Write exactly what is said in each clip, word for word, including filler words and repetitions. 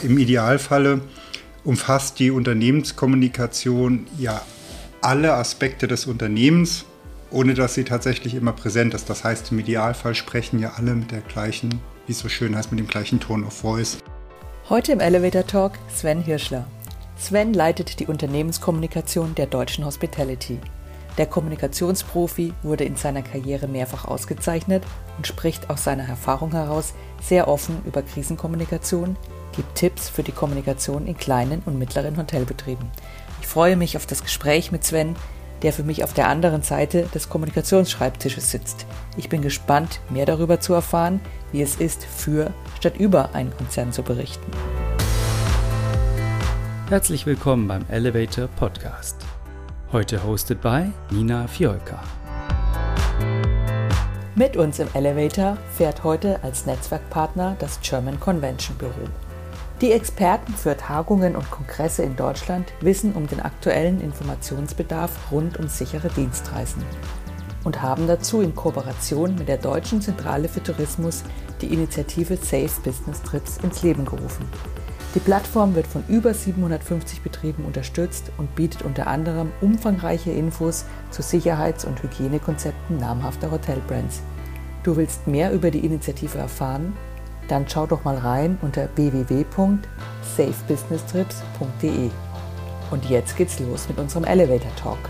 Im Idealfalle umfasst die Unternehmenskommunikation ja alle Aspekte des Unternehmens, ohne dass sie tatsächlich immer präsent ist. Das heißt, im Idealfall sprechen ja alle mit der gleichen, wie es so schön heißt, mit dem gleichen Tone of Voice. Heute im Elevator Talk Sven Hirschler. Sven leitet die Unternehmenskommunikation der Deutschen Hospitality. Der Kommunikationsprofi wurde in seiner Karriere mehrfach ausgezeichnet und spricht aus seiner Erfahrung heraus sehr offen über Krisenkommunikation, gibt Tipps für die Kommunikation in kleinen und mittleren Hotelbetrieben. Ich freue mich auf das Gespräch mit Sven, der für mich auf der anderen Seite des Kommunikationsschreibtisches sitzt. Ich bin gespannt, mehr darüber zu erfahren, wie es ist, für statt über einen Konzern zu berichten. Herzlich willkommen beim Elevator Podcast. Heute hosted by Nina Fiolka. Mit uns im Elevator fährt heute als Netzwerkpartner das German Convention Büro. Die Experten für Tagungen und Kongresse in Deutschland wissen um den aktuellen Informationsbedarf rund um sichere Dienstreisen und haben dazu in Kooperation mit der Deutschen Zentrale für Tourismus die Initiative Safe Business Trips ins Leben gerufen. Die Plattform wird von über siebenhundertfünfzig Betrieben unterstützt und bietet unter anderem umfangreiche Infos zu Sicherheits- und Hygienekonzepten namhafter Hotelbrands. Du willst mehr über die Initiative erfahren? Dann schau doch mal rein unter w w w punkt safe business trips punkt d e. Und jetzt geht's los mit unserem Elevator Talk.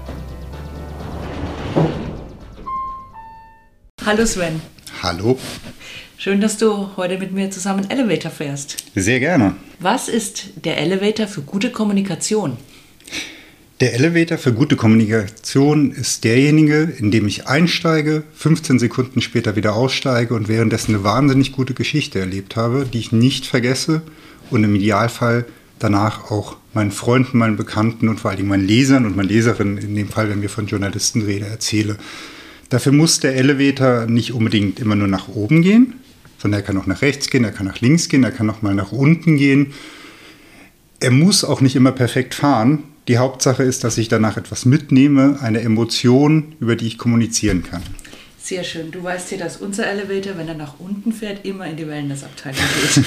Hallo Sven. Hallo. Schön, dass du heute mit mir zusammen Elevator fährst. Sehr gerne. Was ist der Elevator für gute Kommunikation? Der Elevator für gute Kommunikation ist derjenige, in dem ich einsteige, fünfzehn Sekunden später wieder aussteige und währenddessen eine wahnsinnig gute Geschichte erlebt habe, die ich nicht vergesse und im Idealfall danach auch meinen Freunden, meinen Bekannten und vor allen Dingen meinen Lesern und meinen Leserinnen, in dem Fall, wenn wir von Journalisten reden, erzähle. Dafür muss der Elevator nicht unbedingt immer nur nach oben gehen, sondern er kann auch nach rechts gehen, er kann nach links gehen, er kann auch mal nach unten gehen. Er muss auch nicht immer perfekt fahren. Die Hauptsache ist, dass ich danach etwas mitnehme, eine Emotion, über die ich kommunizieren kann. Sehr schön. Du weißt ja, dass unser Elevator, wenn er nach unten fährt, immer in die Wellnessabteilung geht.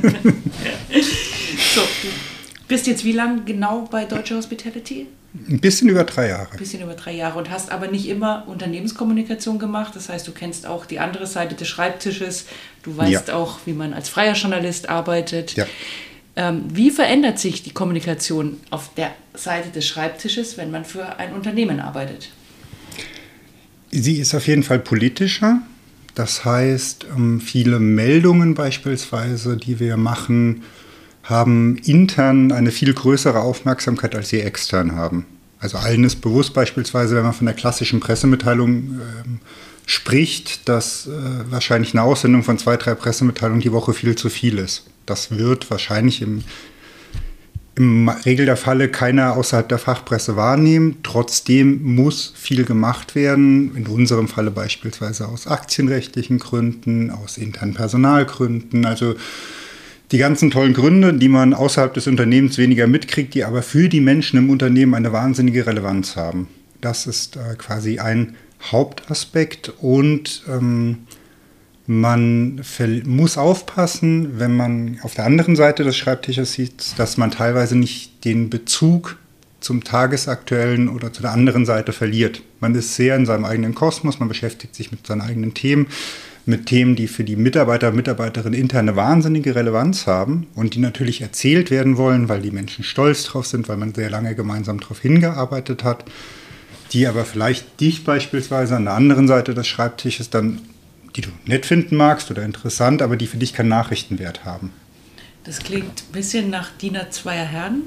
So, du bist jetzt wie lange genau bei Deutsche Hospitality? Ein bisschen über drei Jahre. Ein bisschen über drei Jahre und hast aber nicht immer Unternehmenskommunikation gemacht. Das heißt, du kennst auch die andere Seite des Schreibtisches. Du weißt ja auch, wie man als freier Journalist arbeitet. Ja. Ähm, wie verändert sich die Kommunikation auf der Seite des Schreibtisches, wenn man für ein Unternehmen arbeitet? Sie ist auf jeden Fall politischer. Das heißt, viele Meldungen beispielsweise, die wir machen, haben intern eine viel größere Aufmerksamkeit, als sie extern haben. Also allen ist bewusst beispielsweise, wenn man von der klassischen Pressemitteilung äh, spricht, dass äh, wahrscheinlich eine Aussendung von zwei, drei Pressemitteilungen die Woche viel zu viel ist. Das wird wahrscheinlich im, im Regel der Falle keiner außerhalb der Fachpresse wahrnehmen. Trotzdem muss viel gemacht werden, in unserem Falle beispielsweise aus aktienrechtlichen Gründen, aus internen Personalgründen, also die ganzen tollen Gründe, die man außerhalb des Unternehmens weniger mitkriegt, die aber für die Menschen im Unternehmen eine wahnsinnige Relevanz haben. Das ist äh, quasi ein Hauptaspekt und ähm, man muss aufpassen, wenn man auf der anderen Seite des Schreibtisches sieht, dass man teilweise nicht den Bezug zum Tagesaktuellen oder zu der anderen Seite verliert. Man ist sehr in seinem eigenen Kosmos, man beschäftigt sich mit seinen eigenen Themen, mit Themen, die für die Mitarbeiter und Mitarbeiterinnen intern eine wahnsinnige Relevanz haben und die natürlich erzählt werden wollen, weil die Menschen stolz drauf sind, weil man sehr lange gemeinsam darauf hingearbeitet hat, die aber vielleicht dich beispielsweise an der anderen Seite des Schreibtisches dann, die du nett finden magst oder interessant, aber die für dich keinen Nachrichtenwert haben. Das klingt ein bisschen nach D I N A zweier Herren.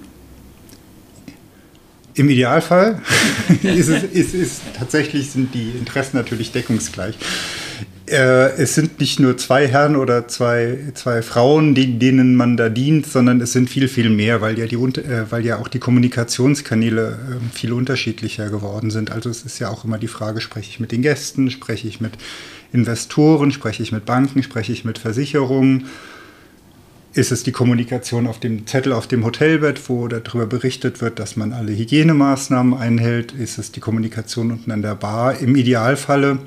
Im Idealfall ist es, ist, ist, tatsächlich sind die Interessen natürlich deckungsgleich. Äh, es sind nicht nur zwei Herren oder zwei, zwei Frauen, die, denen man da dient, sondern es sind viel, viel mehr, weil ja, die, äh, weil ja auch die Kommunikationskanäle äh, viel unterschiedlicher geworden sind. Also es ist ja auch immer die Frage, spreche ich mit den Gästen, spreche ich mit Investoren, spreche ich mit Banken, spreche ich mit Versicherungen. Ist es die Kommunikation auf dem Zettel auf dem Hotelbett, wo darüber berichtet wird, dass man alle Hygienemaßnahmen einhält? Ist es die Kommunikation unten an der Bar? Im Idealfalle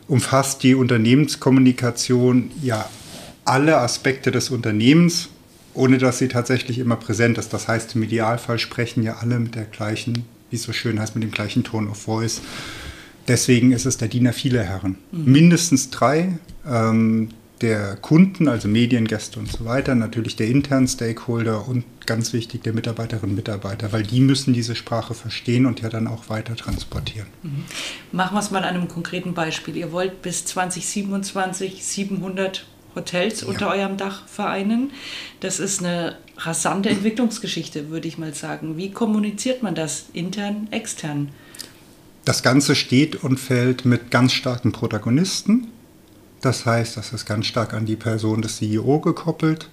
umfasst die Unternehmenskommunikation ja alle Aspekte des Unternehmens, ohne dass sie tatsächlich immer präsent ist. Das heißt, im Idealfall sprechen ja alle mit der gleichen, wie es so schön heißt, mit dem gleichen Tone of Voice. Deswegen ist es der Diener vieler Herren. Mhm. Mindestens drei, ähm, der Kunden, also Mediengäste und so weiter, natürlich der internen Stakeholder und ganz wichtig der Mitarbeiterinnen und Mitarbeiter, weil die müssen diese Sprache verstehen und ja dann auch weiter transportieren. Mhm. Machen wir es mal an einem konkreten Beispiel. Ihr wollt bis zwanzig siebenundzwanzig siebenhundert Hotels ja. unter eurem Dach vereinen. Das ist eine rasante Entwicklungsgeschichte, würde ich mal sagen. Wie kommuniziert man das intern, extern? Das Ganze steht und fällt mit ganz starken Protagonisten. Das heißt, das ist ganz stark an die Person des C E O gekoppelt.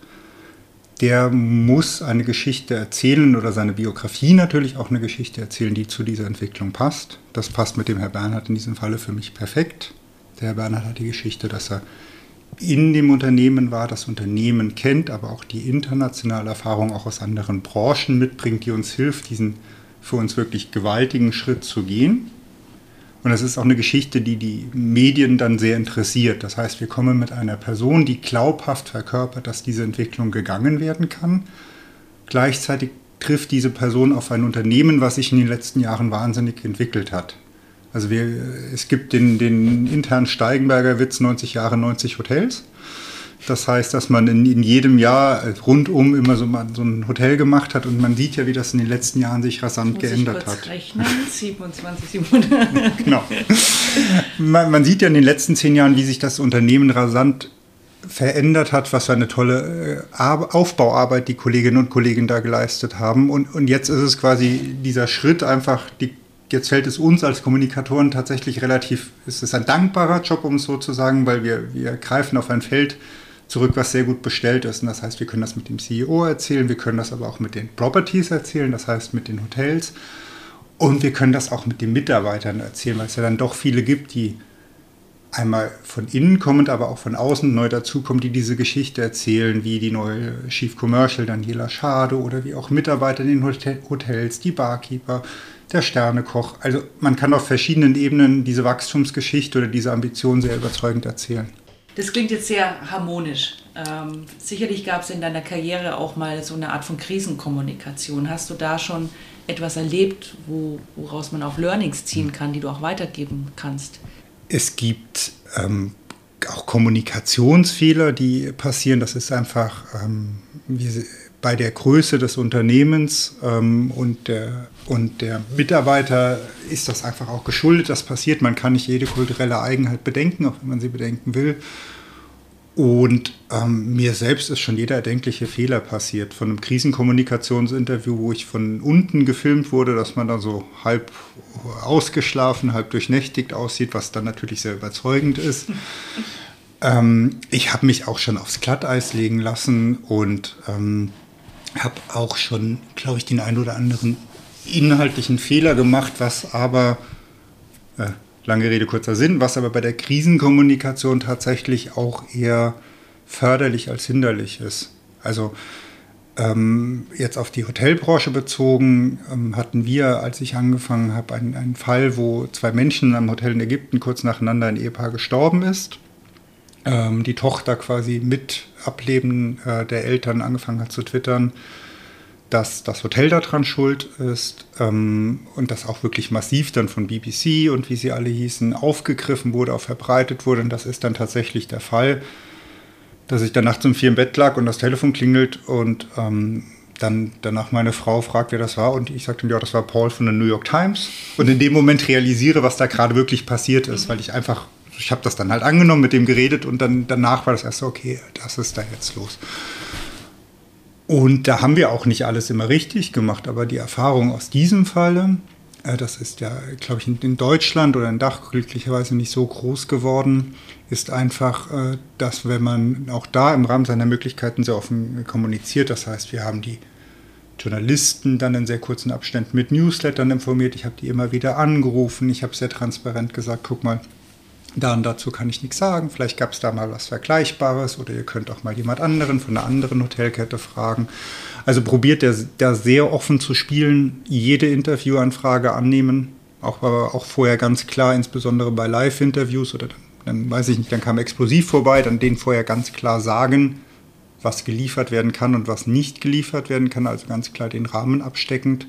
Der muss eine Geschichte erzählen oder seine Biografie natürlich auch eine Geschichte erzählen, die zu dieser Entwicklung passt. Das passt mit dem Herr Bernhard in diesem Falle für mich perfekt. Der Herr Bernhard hat die Geschichte, dass er in dem Unternehmen war, das Unternehmen kennt, aber auch die internationale Erfahrung auch aus anderen Branchen mitbringt, die uns hilft, diesen für uns wirklich gewaltigen Schritt zu gehen. Und das ist auch eine Geschichte, die die Medien dann sehr interessiert. Das heißt, wir kommen mit einer Person, die glaubhaft verkörpert, dass diese Entwicklung gegangen werden kann. Gleichzeitig trifft diese Person auf ein Unternehmen, was sich in den letzten Jahren wahnsinnig entwickelt hat. Also wir, es gibt den, den internen Steigenberger Witz, neunzig Jahre, neunzig Hotels. Das heißt, dass man in, in jedem Jahr rundum immer so, mal so ein Hotel gemacht hat und man sieht ja, wie das in den letzten Jahren sich rasant Muss geändert ich kurz hat. Rechnen. siebenundzwanzig, siebenhundert. Genau. Man, man sieht ja in den letzten zehn Jahren, wie sich das Unternehmen rasant verändert hat, was für eine tolle äh, Aufbauarbeit die Kolleginnen und Kollegen da geleistet haben. Und, und jetzt ist es quasi dieser Schritt einfach, die, jetzt fällt es uns als Kommunikatoren tatsächlich relativ, es ist ein dankbarer Job, um es so zu sagen, weil wir, wir greifen auf ein Feld zurück, was sehr gut bestellt ist. Und das heißt, wir können das mit dem C E O erzählen, wir können das aber auch mit den Properties erzählen, das heißt mit den Hotels. Und wir können das auch mit den Mitarbeitern erzählen, weil es ja dann doch viele gibt, die einmal von innen kommend, aber auch von außen neu dazukommen, die diese Geschichte erzählen, wie die neue Chief Commercial Daniela Schade oder wie auch Mitarbeiter in den Hotel- Hotels, die Barkeeper, der Sternekoch. Also man kann auf verschiedenen Ebenen diese Wachstumsgeschichte oder diese Ambition sehr überzeugend erzählen. Das klingt jetzt sehr harmonisch. Ähm, sicherlich gab es in deiner Karriere auch mal so eine Art von Krisenkommunikation. Hast du da schon etwas erlebt, wo, woraus man auch Learnings ziehen kann, die du auch weitergeben kannst? Es gibt ähm, auch Kommunikationsfehler, die passieren. Das ist einfach ähm, wie, bei der Größe des Unternehmens ähm, und, der, und der Mitarbeiter ist das einfach auch geschuldet. Das passiert. Man kann nicht jede kulturelle Eigenheit bedenken, auch wenn man sie bedenken will. Und ähm, mir selbst ist schon jeder erdenkliche Fehler passiert. Von einem Krisenkommunikationsinterview, wo ich von unten gefilmt wurde, dass man da so halb ausgeschlafen, halb durchnächtigt aussieht, was dann natürlich sehr überzeugend ist. ähm, ich habe mich auch schon aufs Glatteis legen lassen und ähm, habe auch schon, glaube ich, den einen oder anderen inhaltlichen Fehler gemacht, was aber... Äh, Lange Rede, kurzer Sinn, was aber bei der Krisenkommunikation tatsächlich auch eher förderlich als hinderlich ist. Also ähm, jetzt auf die Hotelbranche bezogen, ähm, hatten wir, als ich angefangen habe, einen, einen Fall, wo zwei Menschen in einem Hotel in Ägypten kurz nacheinander ein Ehepaar gestorben ist. Ähm, die Tochter quasi mit Ableben äh, der Eltern angefangen hat zu twittern, dass das Hotel daran schuld ist ähm, und das auch wirklich massiv dann von B B C und wie sie alle hießen, aufgegriffen wurde, auch verbreitet wurde. Und das ist dann tatsächlich der Fall, dass ich dann nachts um vier im Bett lag und das Telefon klingelt und ähm, dann danach meine Frau fragt, wer das war. Und ich sagte, ja, das war Paul von der New York Times. Und in dem Moment realisiere, was da gerade wirklich passiert ist, weil ich einfach, ich habe das dann halt angenommen, mit dem geredet und dann danach war das erst so, okay, das ist da jetzt los. Und da haben wir auch nicht alles immer richtig gemacht, aber die Erfahrung aus diesem Falle, äh, das ist ja, glaube ich, in, in Deutschland oder in Dach glücklicherweise nicht so groß geworden, ist einfach, äh, dass wenn man auch da im Rahmen seiner Möglichkeiten sehr offen kommuniziert, das heißt, wir haben die Journalisten dann in sehr kurzen Abständen mit Newslettern informiert, ich habe die immer wieder angerufen, ich habe sehr transparent gesagt, guck mal, da und dazu kann ich nichts sagen. Vielleicht gab es da mal was Vergleichbares oder ihr könnt auch mal jemand anderen von einer anderen Hotelkette fragen. Also probiert der, da sehr offen zu spielen, jede Interviewanfrage annehmen, auch, aber auch vorher ganz klar, insbesondere bei Live-Interviews oder dann, dann weiß ich nicht, dann kam Explosiv vorbei, dann denen vorher ganz klar sagen, was geliefert werden kann und was nicht geliefert werden kann, also ganz klar den Rahmen absteckend.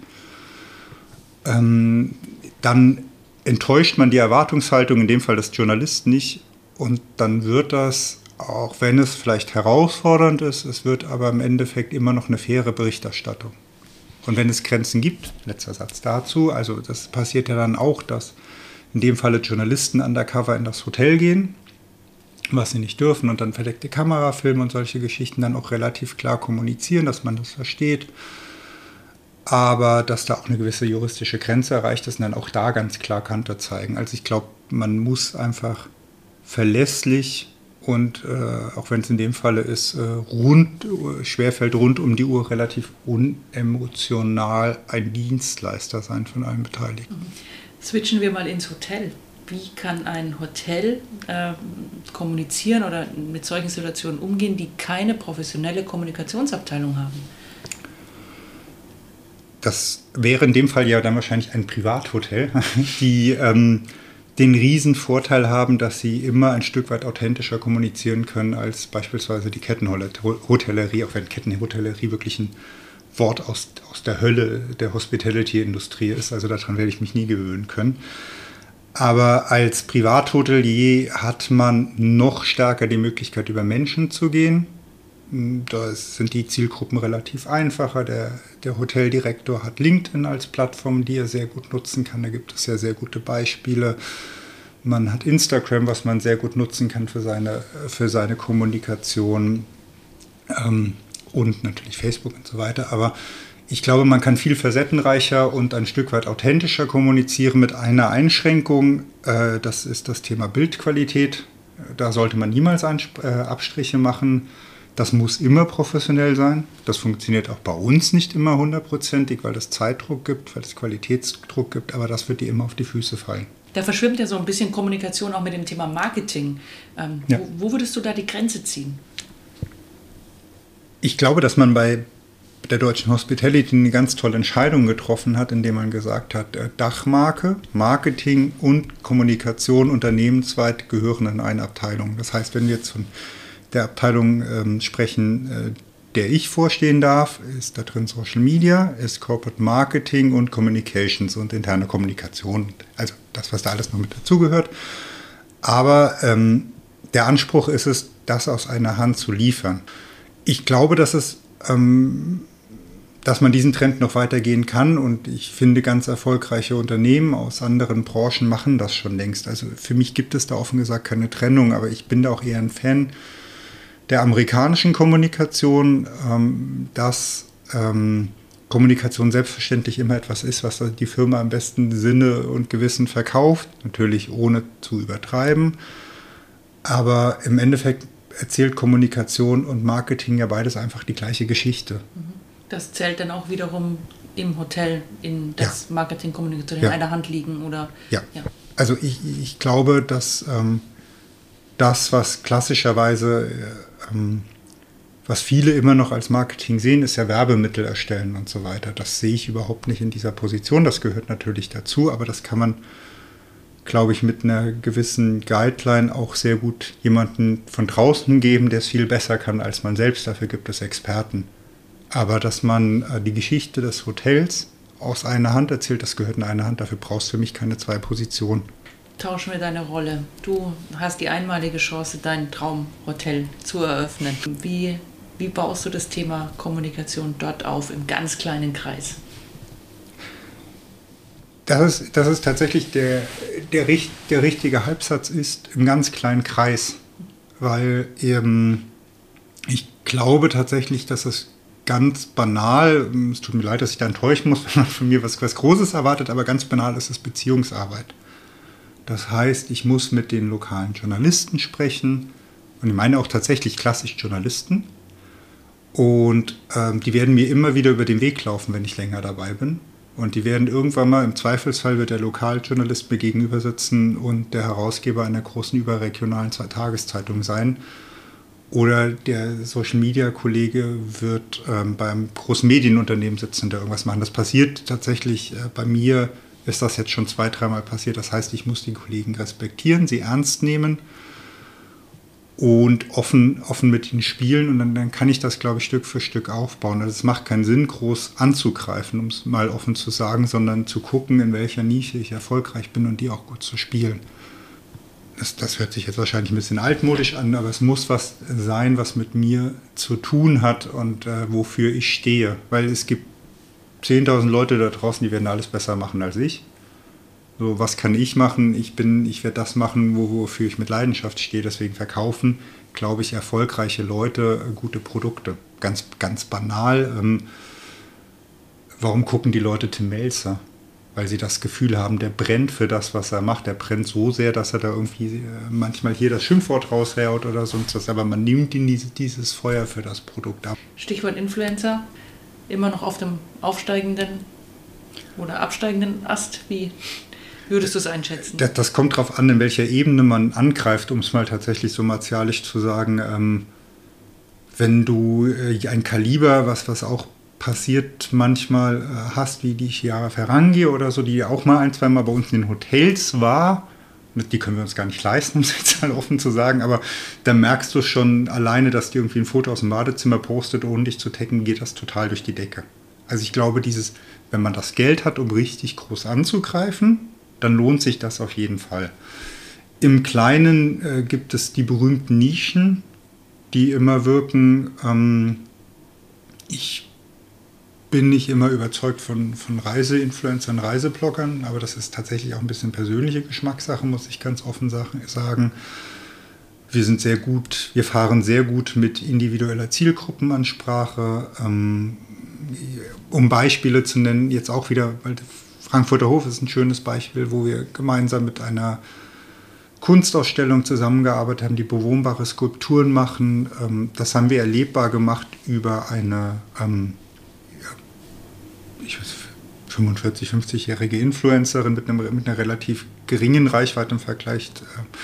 Ähm, dann enttäuscht man die Erwartungshaltung, in dem Fall des Journalisten nicht, und dann wird das, auch wenn es vielleicht herausfordernd ist, es wird aber im Endeffekt immer noch eine faire Berichterstattung. Und wenn es Grenzen gibt, letzter Satz dazu, also das passiert ja dann auch, dass in dem Falle Journalisten undercover in das Hotel gehen, was sie nicht dürfen, und dann verdeckte Kamera filmen und solche Geschichten dann auch relativ klar kommunizieren, dass man das versteht. Aber dass da auch eine gewisse juristische Grenze erreicht ist und dann auch da ganz klar Kante zeigen. Also ich glaube, man muss einfach verlässlich und äh, auch wenn es in dem Falle ist, äh, rund, schwerfällt rund um die Uhr relativ unemotional ein Dienstleister sein von allen Beteiligten. Switchen wir mal ins Hotel. Wie kann ein Hotel äh, kommunizieren oder mit solchen Situationen umgehen, die keine professionelle Kommunikationsabteilung haben? Das wäre in dem Fall ja dann wahrscheinlich ein Privathotel, die ähm, den riesen Vorteil haben, dass sie immer ein Stück weit authentischer kommunizieren können als beispielsweise die Kettenhotellerie, auch wenn Kettenhotellerie wirklich ein Wort aus, aus der Hölle der Hospitality-Industrie ist. Also daran werde ich mich nie gewöhnen können. Aber als Privathotelier hat man noch stärker die Möglichkeit, über Menschen zu gehen. Da sind die Zielgruppen relativ einfacher. Der, der Hoteldirektor hat LinkedIn als Plattform, die er sehr gut nutzen kann. Da gibt es ja sehr gute Beispiele. Man hat Instagram, was man sehr gut nutzen kann für seine, für seine Kommunikation. Ähm, und natürlich Facebook und so weiter. Aber ich glaube, man kann viel facettenreicher und ein Stück weit authentischer kommunizieren mit einer Einschränkung. Äh, das ist das Thema Bildqualität. Da sollte man niemals Ansp- äh, Abstriche machen. Das muss immer professionell sein. Das funktioniert auch bei uns nicht immer hundertprozentig, weil es Zeitdruck gibt, weil es Qualitätsdruck gibt, aber das wird dir immer auf die Füße fallen. Da verschwimmt ja so ein bisschen Kommunikation auch mit dem Thema Marketing. Ähm, ja. wo, wo würdest du da die Grenze ziehen? Ich glaube, dass man bei der Deutschen Hospitality eine ganz tolle Entscheidung getroffen hat, indem man gesagt hat, Dachmarke, Marketing und Kommunikation unternehmensweit gehören in eine Abteilung. Das heißt, wenn wir jetzt von der Abteilung ähm, sprechen, äh, der ich vorstehen darf, ist da drin Social Media, ist Corporate Marketing und Communications und interne Kommunikation. Also das, was da alles noch mit dazugehört. Aber ähm, der Anspruch ist es, das aus einer Hand zu liefern. Ich glaube, dass es, ähm, dass man diesen Trend noch weitergehen kann, und ich finde, ganz erfolgreiche Unternehmen aus anderen Branchen machen das schon längst. Also für mich gibt es da offen gesagt keine Trennung, aber ich bin da auch eher ein Fan der amerikanischen Kommunikation, ähm, dass ähm, Kommunikation selbstverständlich immer etwas ist, was die Firma im besten Sinne und Gewissen verkauft, natürlich ohne zu übertreiben. Aber im Endeffekt erzählt Kommunikation und Marketing ja beides einfach die gleiche Geschichte. Das zählt dann auch wiederum im Hotel, in das ja. Marketing, Kommunikation in ja. einer Hand liegen, oder? Ja, ja. Also ich, ich glaube, dass ähm, das, was klassischerweise ähm, was viele immer noch als Marketing sehen, ist ja Werbemittel erstellen und so weiter. Das sehe ich überhaupt nicht in dieser Position. Das gehört natürlich dazu, aber das kann man, glaube ich, mit einer gewissen Guideline auch sehr gut jemanden von draußen geben, der es viel besser kann als man selbst. Dafür gibt es Experten. Aber dass man äh, die Geschichte des Hotels aus einer Hand erzählt, das gehört in eine Hand. Dafür brauchst du für mich keine zwei Positionen. Tauschen wir deine Rolle. Du hast die einmalige Chance, dein Traumhotel zu eröffnen. Wie, wie baust du das Thema Kommunikation dort auf, im ganz kleinen Kreis? Das ist, das ist tatsächlich der, der, der richtige Halbsatz ist im ganz kleinen Kreis. Weil eben, ich glaube tatsächlich, dass es ganz banal, es tut mir leid, dass ich da enttäuschen muss, wenn man von mir was, was Großes erwartet, aber ganz banal ist es Beziehungsarbeit. Das heißt, ich muss mit den lokalen Journalisten sprechen, und ich meine auch tatsächlich klassisch Journalisten, und ähm, die werden mir immer wieder über den Weg laufen, wenn ich länger dabei bin, und die werden irgendwann mal, im Zweifelsfall wird der Lokaljournalist mir gegenüber sitzen und der Herausgeber einer großen überregionalen Tageszeitung sein, oder der Social-Media-Kollege wird ähm, beim großen Medienunternehmen sitzen und da irgendwas machen. Das passiert tatsächlich äh, bei mir, ist das jetzt schon zwei, dreimal passiert. Das heißt, ich muss die Kollegen respektieren, sie ernst nehmen und offen, offen mit ihnen spielen und dann, dann kann ich das, glaube ich, Stück für Stück aufbauen. Also es macht keinen Sinn, groß anzugreifen, um es mal offen zu sagen, sondern zu gucken, in welcher Nische ich erfolgreich bin und die auch gut zu spielen. Das, das hört sich jetzt wahrscheinlich ein bisschen altmodisch an, aber es muss was sein, was mit mir zu tun hat und äh, wofür ich stehe. Weil es gibt zehntausend Leute da draußen, die werden alles besser machen als ich. So, was kann ich machen? Ich bin, ich werde das machen, wofür ich mit Leidenschaft stehe. Deswegen verkaufen, glaube ich, erfolgreiche Leute gute Produkte. Ganz, ganz banal. Ähm, warum gucken die Leute Tim Melzer? Weil sie das Gefühl haben, der brennt für das, was er macht. Der brennt so sehr, dass er da irgendwie äh, manchmal hier das Schimpfwort raushaut oder sonst was. Aber man nimmt ihn diese, dieses Feuer für das Produkt ab. Stichwort Influencer. Immer noch auf dem aufsteigenden oder absteigenden Ast. Wie würdest du es einschätzen? Das, das kommt darauf an, in welcher Ebene man angreift, um es mal tatsächlich so martialisch zu sagen. Ähm, wenn du äh, ein Kaliber, was, was auch passiert manchmal äh, hast, wie die Chiara Ferranghi oder so, die auch mal ein, zwei Mal bei uns in den Hotels war, die können wir uns gar nicht leisten, um es jetzt mal offen zu sagen, aber da merkst du schon alleine, dass die irgendwie ein Foto aus dem Badezimmer postet, ohne dich zu taggen, geht das total durch die Decke. Also ich glaube, dieses, wenn man das Geld hat, um richtig groß anzugreifen, dann lohnt sich das auf jeden Fall. Im Kleinen äh, gibt es die berühmten Nischen, die immer wirken. Ähm, ich bin nicht immer überzeugt von, von Reiseinfluencern, Reisebloggern, aber das ist tatsächlich auch ein bisschen persönliche Geschmackssache, muss ich ganz offen sagen. Wir sind sehr gut, wir fahren sehr gut mit individueller Zielgruppenansprache. Ähm, um Beispiele zu nennen, jetzt auch wieder, weil Frankfurter Hof ist ein schönes Beispiel, wo wir gemeinsam mit einer Kunstausstellung zusammengearbeitet haben, die bewohnbare Skulpturen machen. Ähm, das haben wir erlebbar gemacht über eine ähm, ich weiß, fünfundvierzig-, fünfzigjährige Influencerin mit, einem, mit einer relativ geringen Reichweite im Vergleich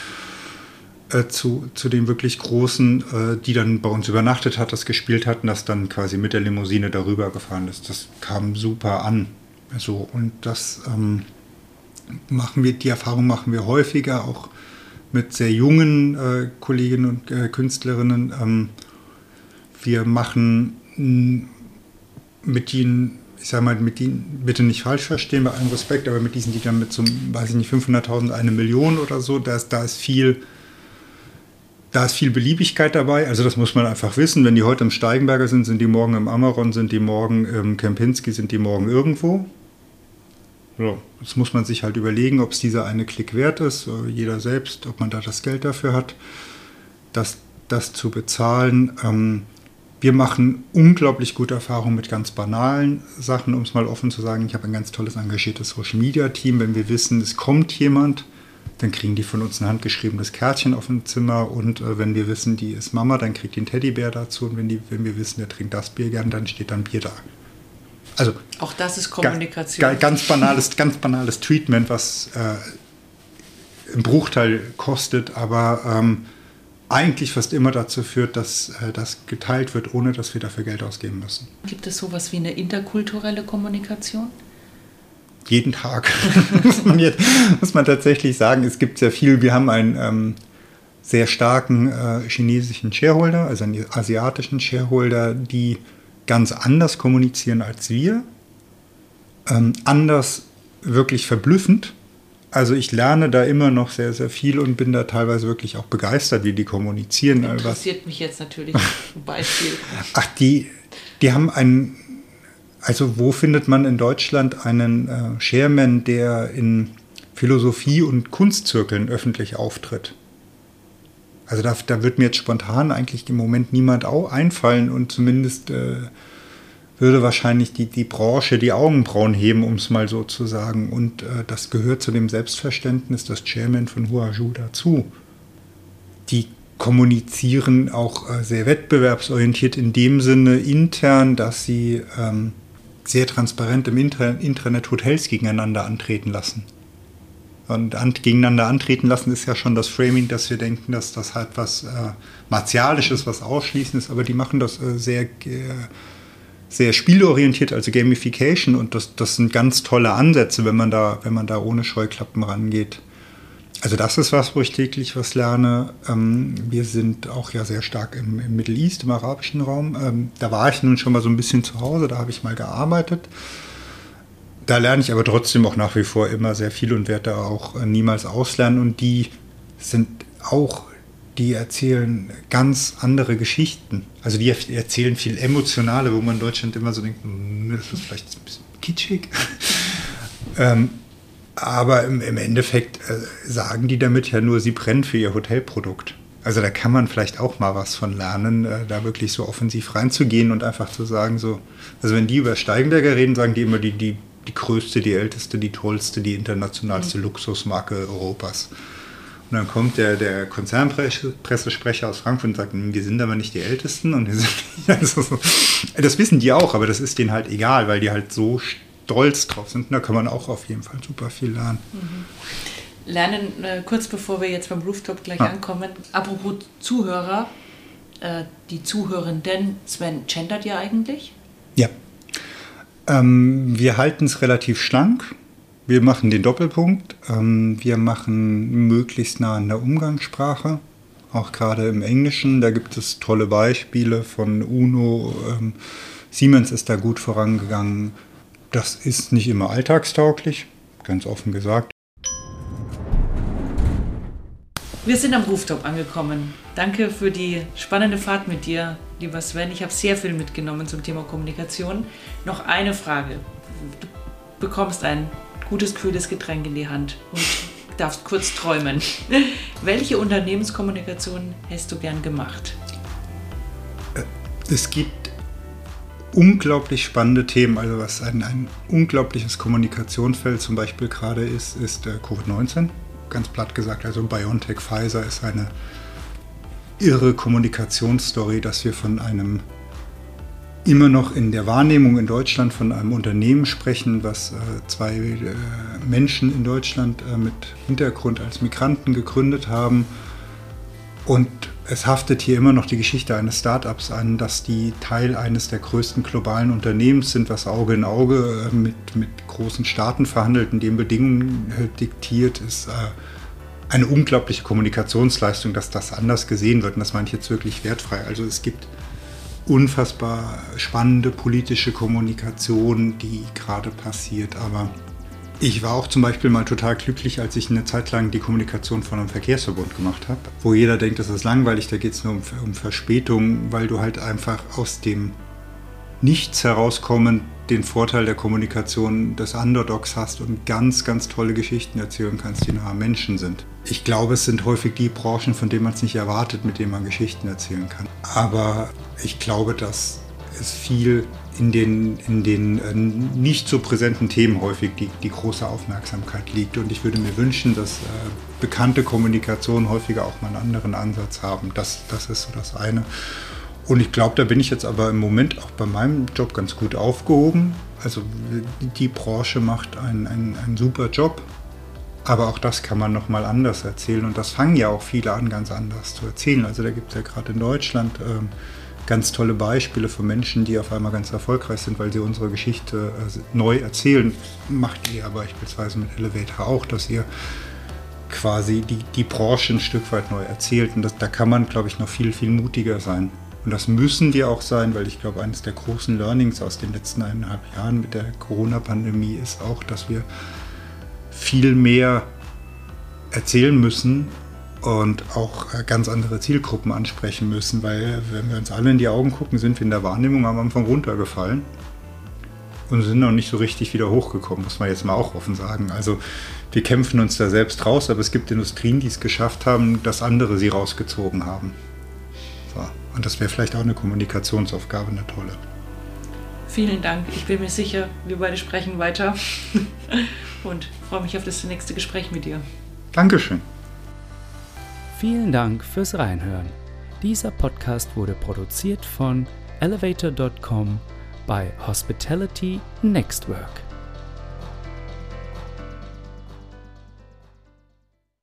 äh, zu, zu den wirklich Großen, äh, die dann bei uns übernachtet hat, das gespielt hat und das dann quasi mit der Limousine darüber gefahren ist. Das kam super an. So, und das ähm, machen wir, die Erfahrung machen wir häufiger, auch mit sehr jungen äh, Kolleginnen und äh, Künstlerinnen. Ähm, wir machen mh, mit ihnen, ich sage mal, mit denen, bitte nicht falsch verstehen, bei allem Respekt, aber mit diesen, die dann mit so, weiß ich nicht, fünfhunderttausend, eine Million oder so, da ist, da ist viel, da ist viel Beliebigkeit dabei. Also das muss man einfach wissen. Wenn die heute im Steigenberger sind, sind die morgen im Amaron, sind die morgen im Kempinski, sind die morgen irgendwo. So, das muss man sich halt überlegen, ob es dieser eine Klick wert ist, jeder selbst, ob man da das Geld dafür hat, das, das zu bezahlen. Ähm, Wir machen unglaublich gute Erfahrungen mit ganz banalen Sachen, um es mal offen zu sagen. Ich habe ein ganz tolles, engagiertes Social-Media-Team. Wenn wir wissen, es kommt jemand, dann kriegen die von uns ein handgeschriebenes Kärtchen auf dem Zimmer. Und äh, wenn wir wissen, die ist Mama, dann kriegt die einen Teddybär dazu. Und wenn, die, wenn wir wissen, der trinkt das Bier gern, dann steht dann Bier da. Also, auch das ist Kommunikation. Ga, ga, ganz, banales, ganz banales Treatment, was äh, einen Bruchteil kostet, aber ähm, eigentlich fast immer dazu führt, dass äh, das geteilt wird, ohne dass wir dafür Geld ausgeben müssen. Gibt es sowas wie eine interkulturelle Kommunikation? Jeden Tag, muss, man jetzt, muss man tatsächlich sagen. Es gibt sehr viel. Wir haben einen ähm, sehr starken äh, chinesischen Shareholder, also einen asiatischen Shareholder, die ganz anders kommunizieren als wir. Ähm, anders, wirklich verblüffend. Also ich lerne da immer noch sehr, sehr viel und bin da teilweise wirklich auch begeistert, wie die kommunizieren. Interessiert mich jetzt natürlich ein Beispiel. Ach, die, die haben einen, also wo findet man in Deutschland einen äh, Chairman, der in Philosophie- und Kunstzirkeln öffentlich auftritt? Also da, da wird mir jetzt spontan eigentlich im Moment niemand auch einfallen und zumindest äh, würde wahrscheinlich die, die Branche die Augenbrauen heben, um es mal so zu sagen. Und äh, das gehört zu dem Selbstverständnis des Chairman von Huazhu dazu. Die kommunizieren auch äh, sehr wettbewerbsorientiert in dem Sinne intern, dass sie ähm, sehr transparent im Intra- Intranet Hotels gegeneinander antreten lassen. Und an, gegeneinander antreten lassen ist ja schon das Framing, dass wir denken, dass das halt was äh, Martialisches, was Ausschließendes, aber die machen das äh, sehr, äh, sehr spielorientiert, also Gamification, und das, das sind ganz tolle Ansätze, wenn man da, wenn man da ohne Scheuklappen rangeht. Also das ist was, wo ich täglich was lerne. Ähm, wir sind auch ja sehr stark im, im Middle East, im arabischen Raum. Ähm, da war ich nun schon mal so ein bisschen zu Hause, da habe ich mal gearbeitet. Da lerne ich aber trotzdem auch nach wie vor immer sehr viel und werde da auch äh, niemals auslernen. Und die sind auch, die erzählen ganz andere Geschichten. Also die erzählen viel emotionale, wo man in Deutschland immer so denkt, das ist vielleicht ein bisschen kitschig. ähm, aber im, im Endeffekt äh, sagen die damit ja nur, sie brennen für ihr Hotelprodukt. Also da kann man vielleicht auch mal was von lernen, äh, da wirklich so offensiv reinzugehen und einfach zu sagen, so, also wenn die über Steigenberger reden, sagen die immer die, die, die größte, die älteste, die tollste, die internationalste mhm. Luxusmarke Europas. Und dann kommt der, der Konzernpressesprecher aus Frankfurt und sagt, wir sind aber nicht die Ältesten. Und sind, also, das wissen die auch, aber das ist denen halt egal, weil die halt so stolz drauf sind. Und da kann man auch auf jeden Fall super viel lernen. Mhm. Lernen, äh, kurz bevor wir jetzt beim Rooftop gleich ja. ankommen, apropos Zuhörer, äh, die Zuhörenden, Sven, gendert ihr eigentlich? Ja. Ähm, wir halten es relativ schlank. Wir machen den Doppelpunkt. Ähm, wir machen möglichst nah an der Umgangssprache, auch gerade im Englischen. Da gibt es tolle Beispiele von UNO. Ähm, Siemens ist da gut vorangegangen. Das ist nicht immer alltagstauglich, ganz offen gesagt. Wir sind am Rooftop angekommen. Danke für die spannende Fahrt mit dir, lieber Sven. Ich habe sehr viel mitgenommen zum Thema Kommunikation. Noch eine Frage. Du bekommst ein gutes, kühles Getränk in die Hand und darfst kurz träumen. Welche Unternehmenskommunikation hast du gern gemacht? Es gibt unglaublich spannende Themen. Also was ein, ein unglaubliches Kommunikationsfeld zum Beispiel gerade ist, ist äh, Covid neunzehn. Ganz platt gesagt, also BioNTech, Pfizer ist eine irre Kommunikationsstory, dass wir von einem immer noch in der Wahrnehmung in Deutschland von einem Unternehmen sprechen, was äh, zwei äh, Menschen in Deutschland äh, mit Hintergrund als Migranten gegründet haben. Und es haftet hier immer noch die Geschichte eines Startups an, dass die Teil eines der größten globalen Unternehmens sind, was Auge in Auge äh, mit, mit großen Staaten verhandelt und den Bedingungen äh, diktiert, ist äh, eine unglaubliche Kommunikationsleistung, dass das anders gesehen wird. Und das meine ich jetzt wirklich wertfrei. Also es gibt unfassbar spannende politische Kommunikation, die gerade passiert. Aber ich war auch zum Beispiel mal total glücklich, als ich eine Zeit lang die Kommunikation von einem Verkehrsverbund gemacht habe, wo jeder denkt, das ist langweilig, da geht es nur um, um Verspätung, weil du halt einfach aus dem Nichts herauskommend den Vorteil der Kommunikation des Underdogs hast und ganz, ganz tolle Geschichten erzählen kannst, die nahe Menschen sind. Ich glaube, es sind häufig die Branchen, von denen man es nicht erwartet, mit denen man Geschichten erzählen kann. Aber ich glaube, dass es viel in den, in den äh, nicht so präsenten Themen häufig die, die große Aufmerksamkeit liegt. Und ich würde mir wünschen, dass äh, bekannte Kommunikation häufiger auch mal einen anderen Ansatz haben. Das, das ist so das eine. Und ich glaube, da bin ich jetzt aber im Moment auch bei meinem Job ganz gut aufgehoben. Also die Branche macht einen, einen, einen super Job. Aber auch das kann man nochmal anders erzählen. Und das fangen ja auch viele an, ganz anders zu erzählen. Also da gibt es ja gerade in Deutschland ähm, ganz tolle Beispiele von Menschen, die auf einmal ganz erfolgreich sind, weil sie unsere Geschichte äh, neu erzählen. Macht ihr ja beispielsweise mit Elevator auch, dass ihr quasi die, die Branche ein Stück weit neu erzählt. Und das, da kann man, glaube ich, noch viel, viel mutiger sein. Und das müssen wir auch sein, weil ich glaube, eines der großen Learnings aus den letzten eineinhalb Jahren mit der Corona-Pandemie ist auch, dass wir viel mehr erzählen müssen und auch ganz andere Zielgruppen ansprechen müssen, weil wenn wir uns alle in die Augen gucken, sind wir in der Wahrnehmung am Anfang runtergefallen und sind noch nicht so richtig wieder hochgekommen, muss man jetzt mal auch offen sagen. Also wir kämpfen uns da selbst raus, aber es gibt Industrien, die es geschafft haben, dass andere sie rausgezogen haben. So. Und das wäre vielleicht auch eine Kommunikationsaufgabe, eine tolle. Vielen Dank. Ich bin mir sicher, wir beide sprechen weiter und freue mich auf das nächste Gespräch mit dir. Dankeschön. Vielen Dank fürs Reinhören. Dieser Podcast wurde produziert von elevator Punkt com bei Hospitality Next Work.